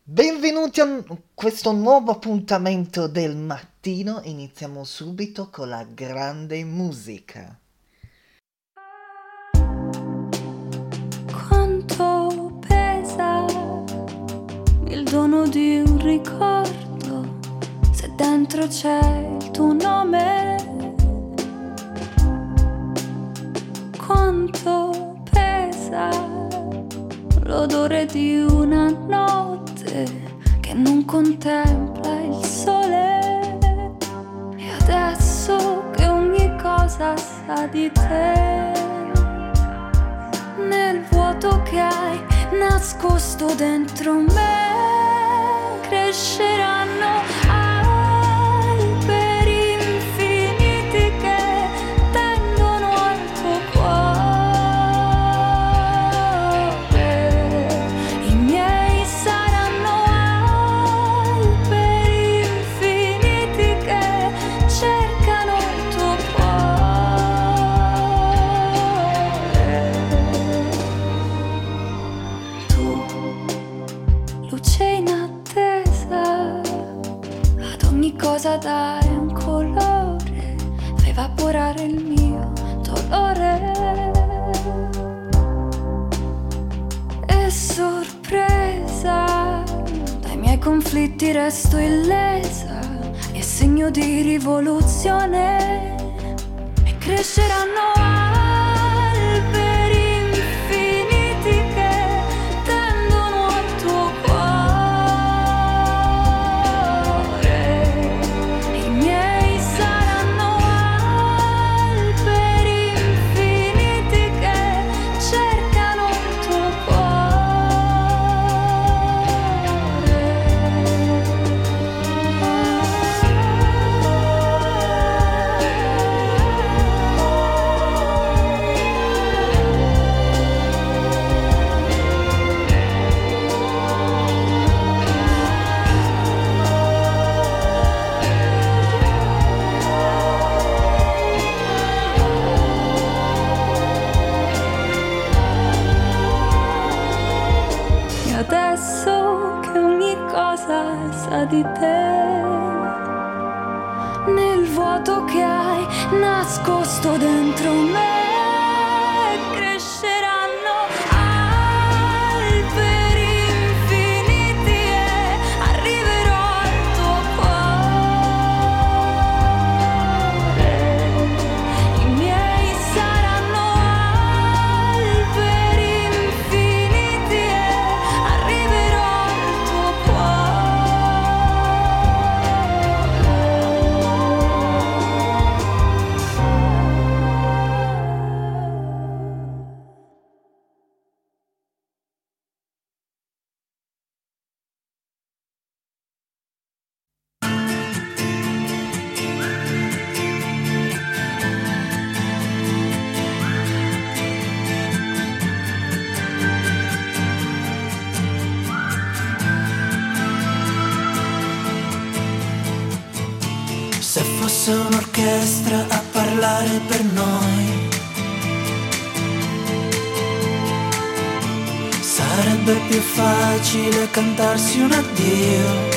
Benvenuti a questo nuovo appuntamento del mattino. Iniziamo subito con la grande musica. Quanto pesa il dono di un ricordo se dentro c'è il tuo nome? Quanto pesa l'odore di una notte che non contempla il sole? E adesso che ogni cosa sa di te, nel vuoto che hai nascosto dentro me, cresceranno alberi infiniti che tendono al tuo cuore. I miei saranno alberi infiniti che cercano il tuo cuore. Tu, luce in attesa, ad ogni cosa dai un colore, fai evaporare il mio dolore. E sorpresa, dai miei conflitti resto illesa, è segno di rivoluzione. E cresceranno alberi infiniti che tendono al tuo cuore. I miei saranno alberi infiniti che cercano il tuo E adesso che ogni cosa sa di te, nel vuoto che hai nascosto dentro me, cresceranno alberi infiniti e arriverò al tuo cuore. I miei saranno alberi infiniti e arriverò al tuo cuore. Se fosse un'orchestra a parlare per noi, sarebbe più facile cantarsi un addio.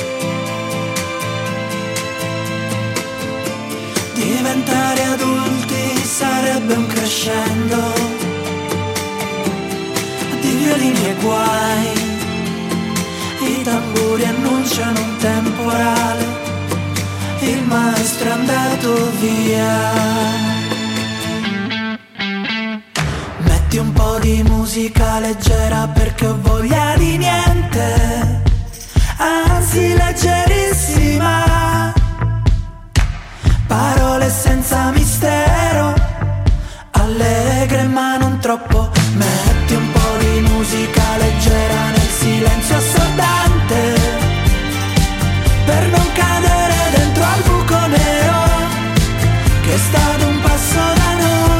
Diventare adulti sarebbe un crescendo di violini e guai. I tamburi annunciano un temporale, il maestro è andato via. Metti un po' di musica leggera perché ho voglia di niente, anzi leggerissima. Parole senza mistero, allegre ma non troppo. Metti un po' di musica leggera nel silenzio assordante, per non cadere dentro al buco nero che sta ad un passo da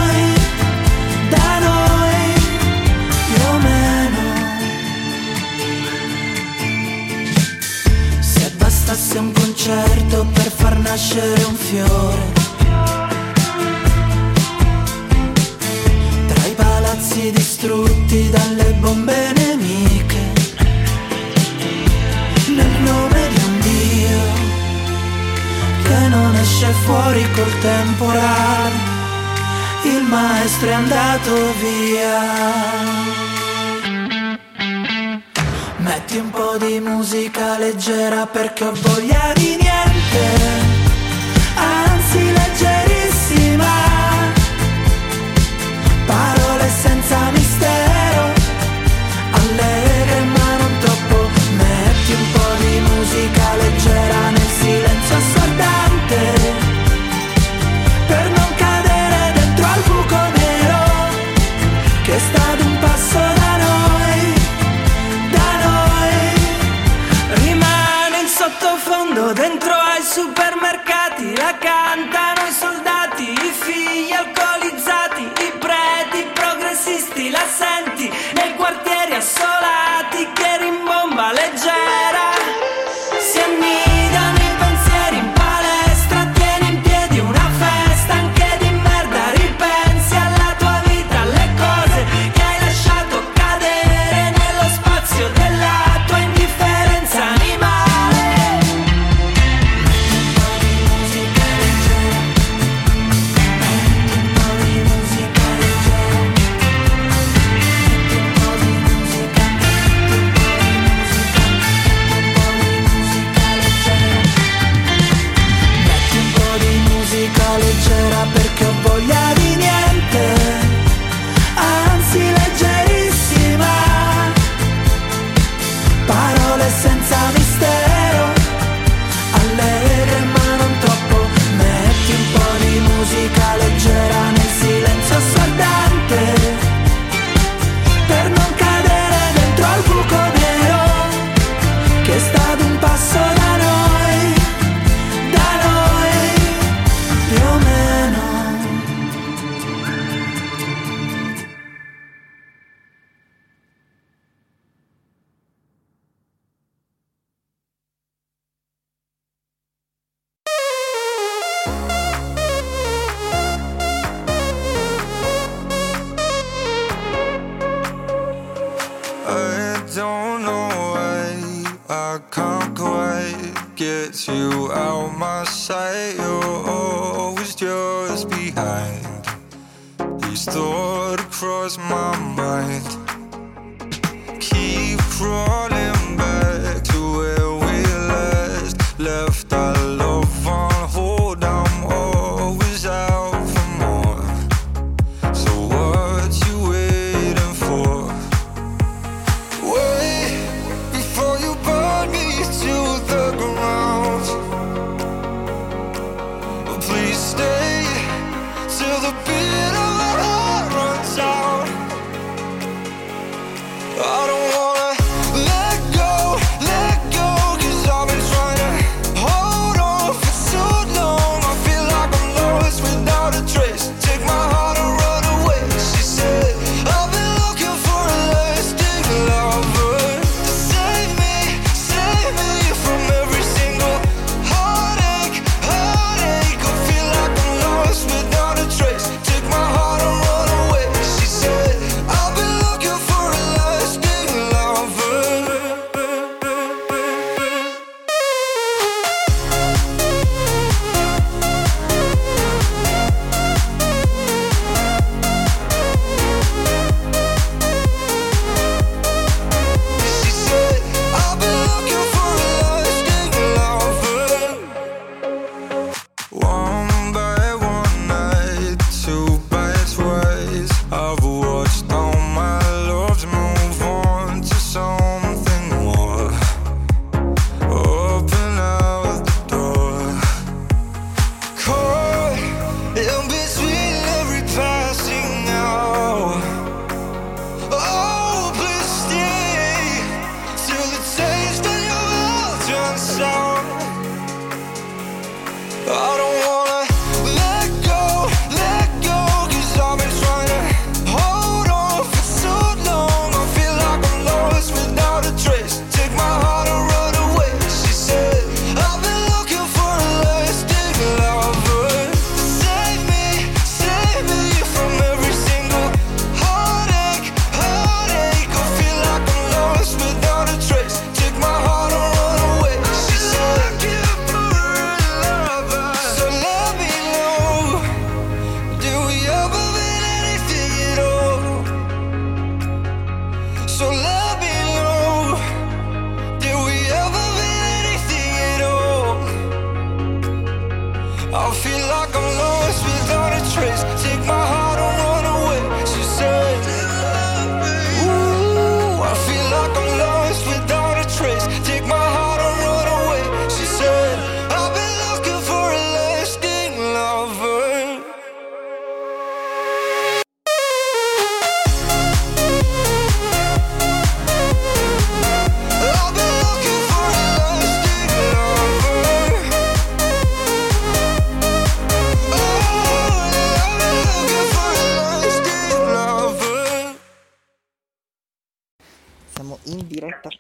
noi più o meno. Se bastasse un concerto per far nascere un fiore, tra i palazzi distrutti dalle bombe nemiche, col temporale, il maestro è andato via. Metti un po' di musica leggera perché ho voglia di niente, anzi leggerissima, parole senza mistero, allegre ma non troppo. Metti un po' di musica leggera nel silenzio assordante, per non cadere dentro al buco nero che sta ad un passo da noi, da noi. Rimane in sottofondo dentro ai supermercati, la cantano i soldati, i figli alcolizzati, i preti progressisti, la senti nei quartieri assolati che rimbomba leggera. Si annidano i pensieri in palestra, tieni in piedi una festa anche di merda, ripensi alla tua vita, alle cose che hai lasciato cadere nello spazio della tua indifferenza animale. Metti un po' di musica leggera, metti un po' di musica leggera, metti un po' di musica, metti un po' di musica, metti un po' di musica leggera. Metti un po' di musica leggera perché ho voglia di niente, anzi leggerissima, parole senza mistero, allegre ma non troppo. Metti un po' di musica leggera nel silenzio assordante, per non cadere dentro al buco nero che sta ad un passo da noi, più o meno. I don't know why I can't quite get you out my sight. You're always just behind. These thoughts cross my mind. Keep crawling back to where we last left our love on hold. I'm always out for more. So what you waiting for? Wait before you burn me to the ground. Please stay till the beat of our heart runs out.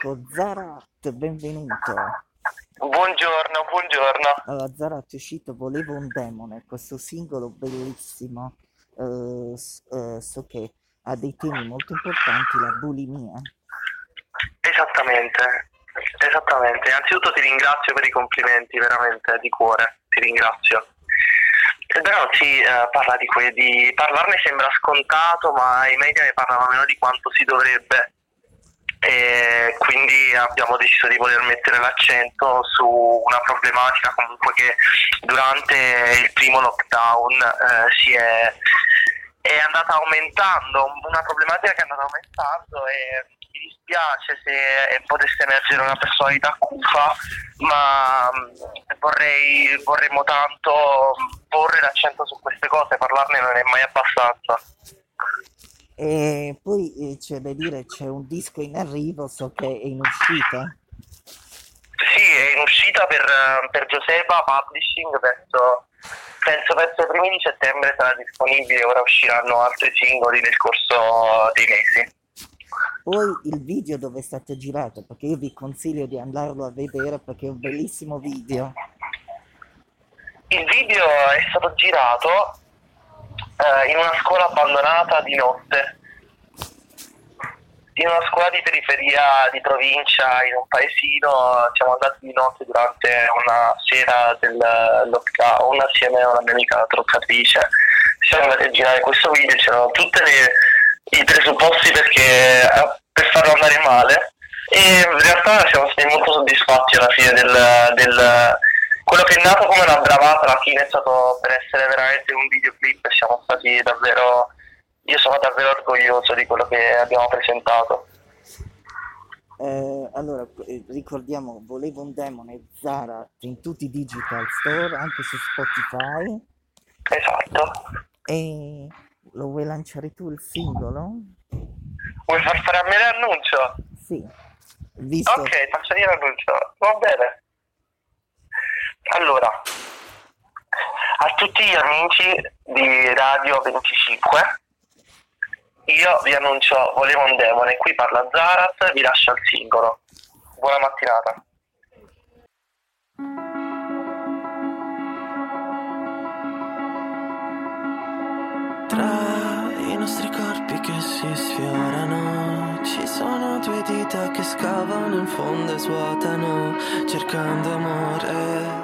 amico Zarat, benvenuto. Buongiorno, buongiorno. Allora, Zarat è uscito Volevo un demone, questo singolo bellissimo. So che ha dei temi molto importanti, la bulimia. Esattamente, esattamente. Innanzitutto ti ringrazio per i complimenti, veramente, di cuore, ti ringrazio. Il brano parla di parlarne sembra scontato, ma i media ne parlano meno di quanto si dovrebbe. E quindi abbiamo deciso di voler mettere l'accento su una problematica comunque che durante il primo lockdown è andata aumentando, una problematica che è andata aumentando e mi dispiace se potesse emergere una personalità cupa, ma vorremmo tanto porre l'accento su queste cose, parlarne non è mai abbastanza. E poi c'è da dire, c'è un disco in arrivo, so che è in uscita. Sì, è in uscita per Josepa Publishing, penso verso i primi di settembre sarà disponibile, ora usciranno altri singoli nel corso dei mesi. Poi il video dove è stato girato, perché io vi consiglio di andarlo a vedere perché è un bellissimo video. Il video è stato girato in una scuola abbandonata di notte, in una scuola di periferia di provincia, in un paesino. Siamo andati di notte durante una sera del lockdown assieme a una mia amica truccatrice. Siamo andati a girare questo video, c'erano tutti i presupposti per farlo andare male e in realtà siamo stati molto soddisfatti alla fine del quello che è nato come una bravata, alla fine è stato per essere veramente un videoclip e io sono davvero orgoglioso di quello che abbiamo presentato. Allora, ricordiamo, Volevo un demone, Zarat in tutti i digital store, anche su Spotify. Esatto. E lo vuoi lanciare tu il singolo? Vuoi far fare a me l'annuncio? Sì, visto. Ok, faccio io l'annuncio, va bene. Allora, a tutti gli amici di Radio 25, io vi annuncio Volevo un demone, qui parla Zarat, vi lascio il singolo. Buona mattinata. Tra i nostri corpi che si sfiorano ci sono due dita che scavano in fondo e svuotano cercando amore.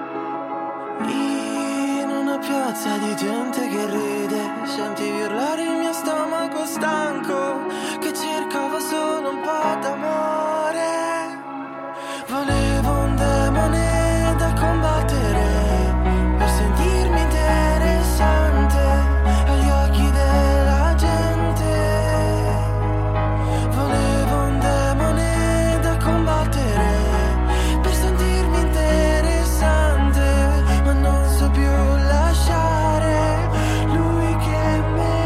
In una piazza di gente che ride sentivi urlare il mio stomaco stanco che cercava solo un po' d'amore. Volevo un demone da combattere per sentirmi interessante agli occhi della gente. Volevo un demone da combattere per sentirmi interessante, ma non so più lasciare lui che me.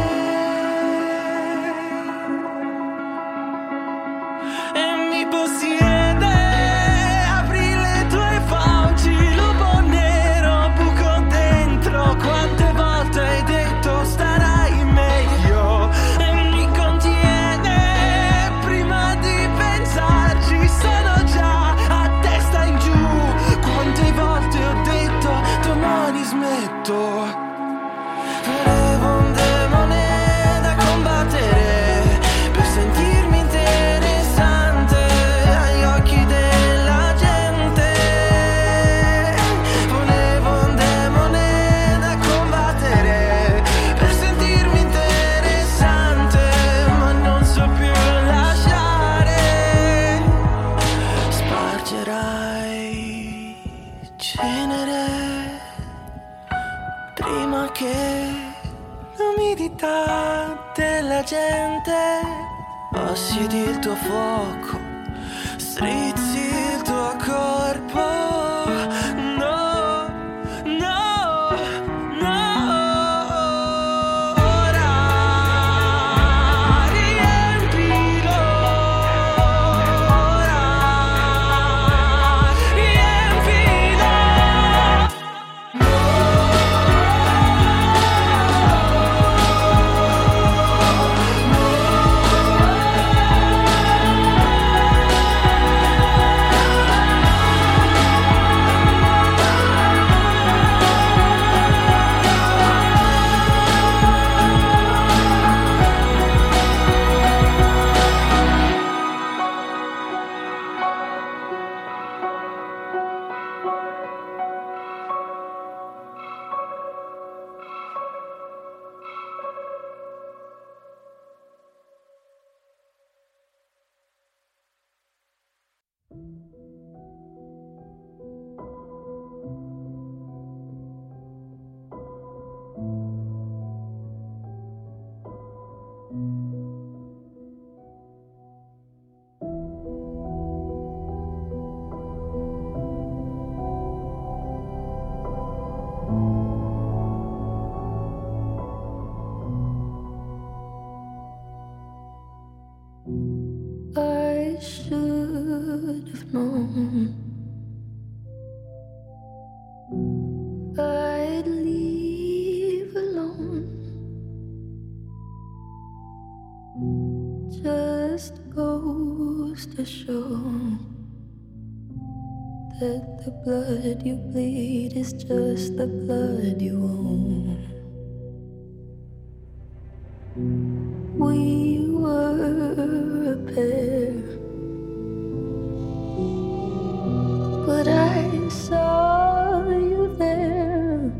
E mi possiede, apri le tue fauci, lupo nero, buco dentro. Quante volte hai detto starai meglio e mi contiene prima di pensarci, sono già a testa in giù. Quante volte ho detto domani smetto. Volevo un demone da combattere per sentirmi interessante agli occhi della gente. Volevo un demone da combattere per sentirmi interessante, ma non so più lasciare. Spargerai cenere prima che l'umidità della gente possiedi il tuo fuoco, strizzi il tuo corpo. No, no, no. Ora riempilo, ora riempilo. That the blood you bleed is just the blood you own. We were a pair, but I saw you there.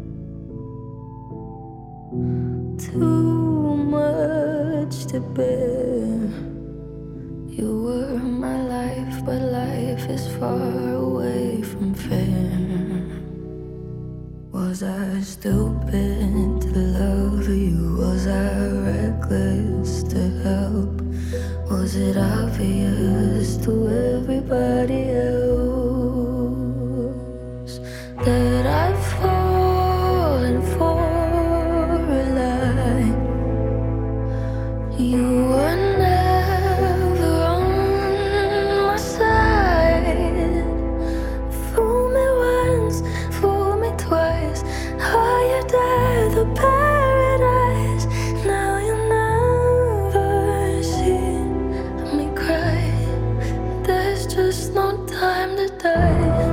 Too much to bear. You were my life, but life is far away from fair. Was I stupid to love you? Was I reckless to help? Was it obvious to everybody else that I've fallen for a lie? You were never on my side. Fool me once, fool me twice. Higher the paradise. Now you never see me cry. There's just no time to die.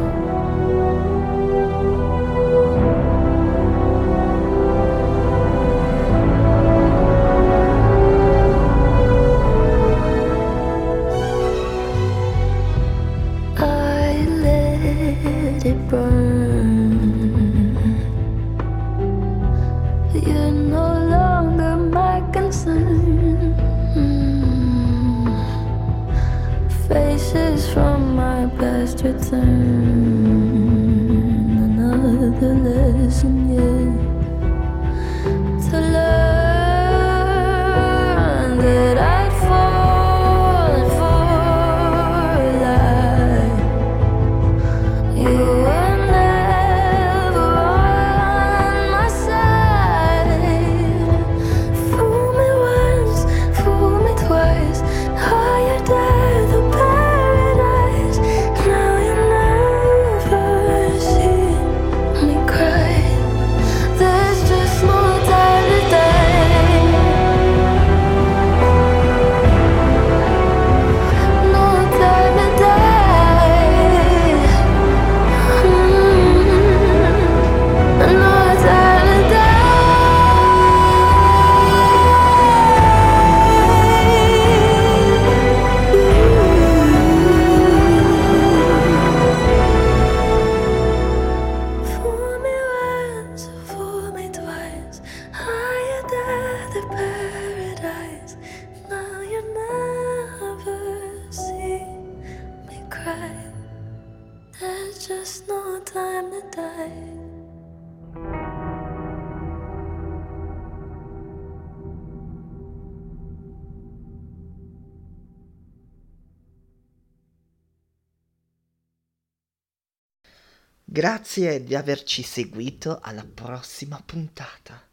I let it burn. You're no longer my concern. Faces from my past return. Another lesson yet to learn that I'd fallen for a lie. You were never on my side. Fool me once, fool me twice. Higher the paradise. Now you never see me cry. There's just no time to die. No time to die. No time to die. Fool me once, fool me twice. Higher the paradise. Now you never see me cry. There's just no time to die. Grazie di averci seguito, alla prossima puntata.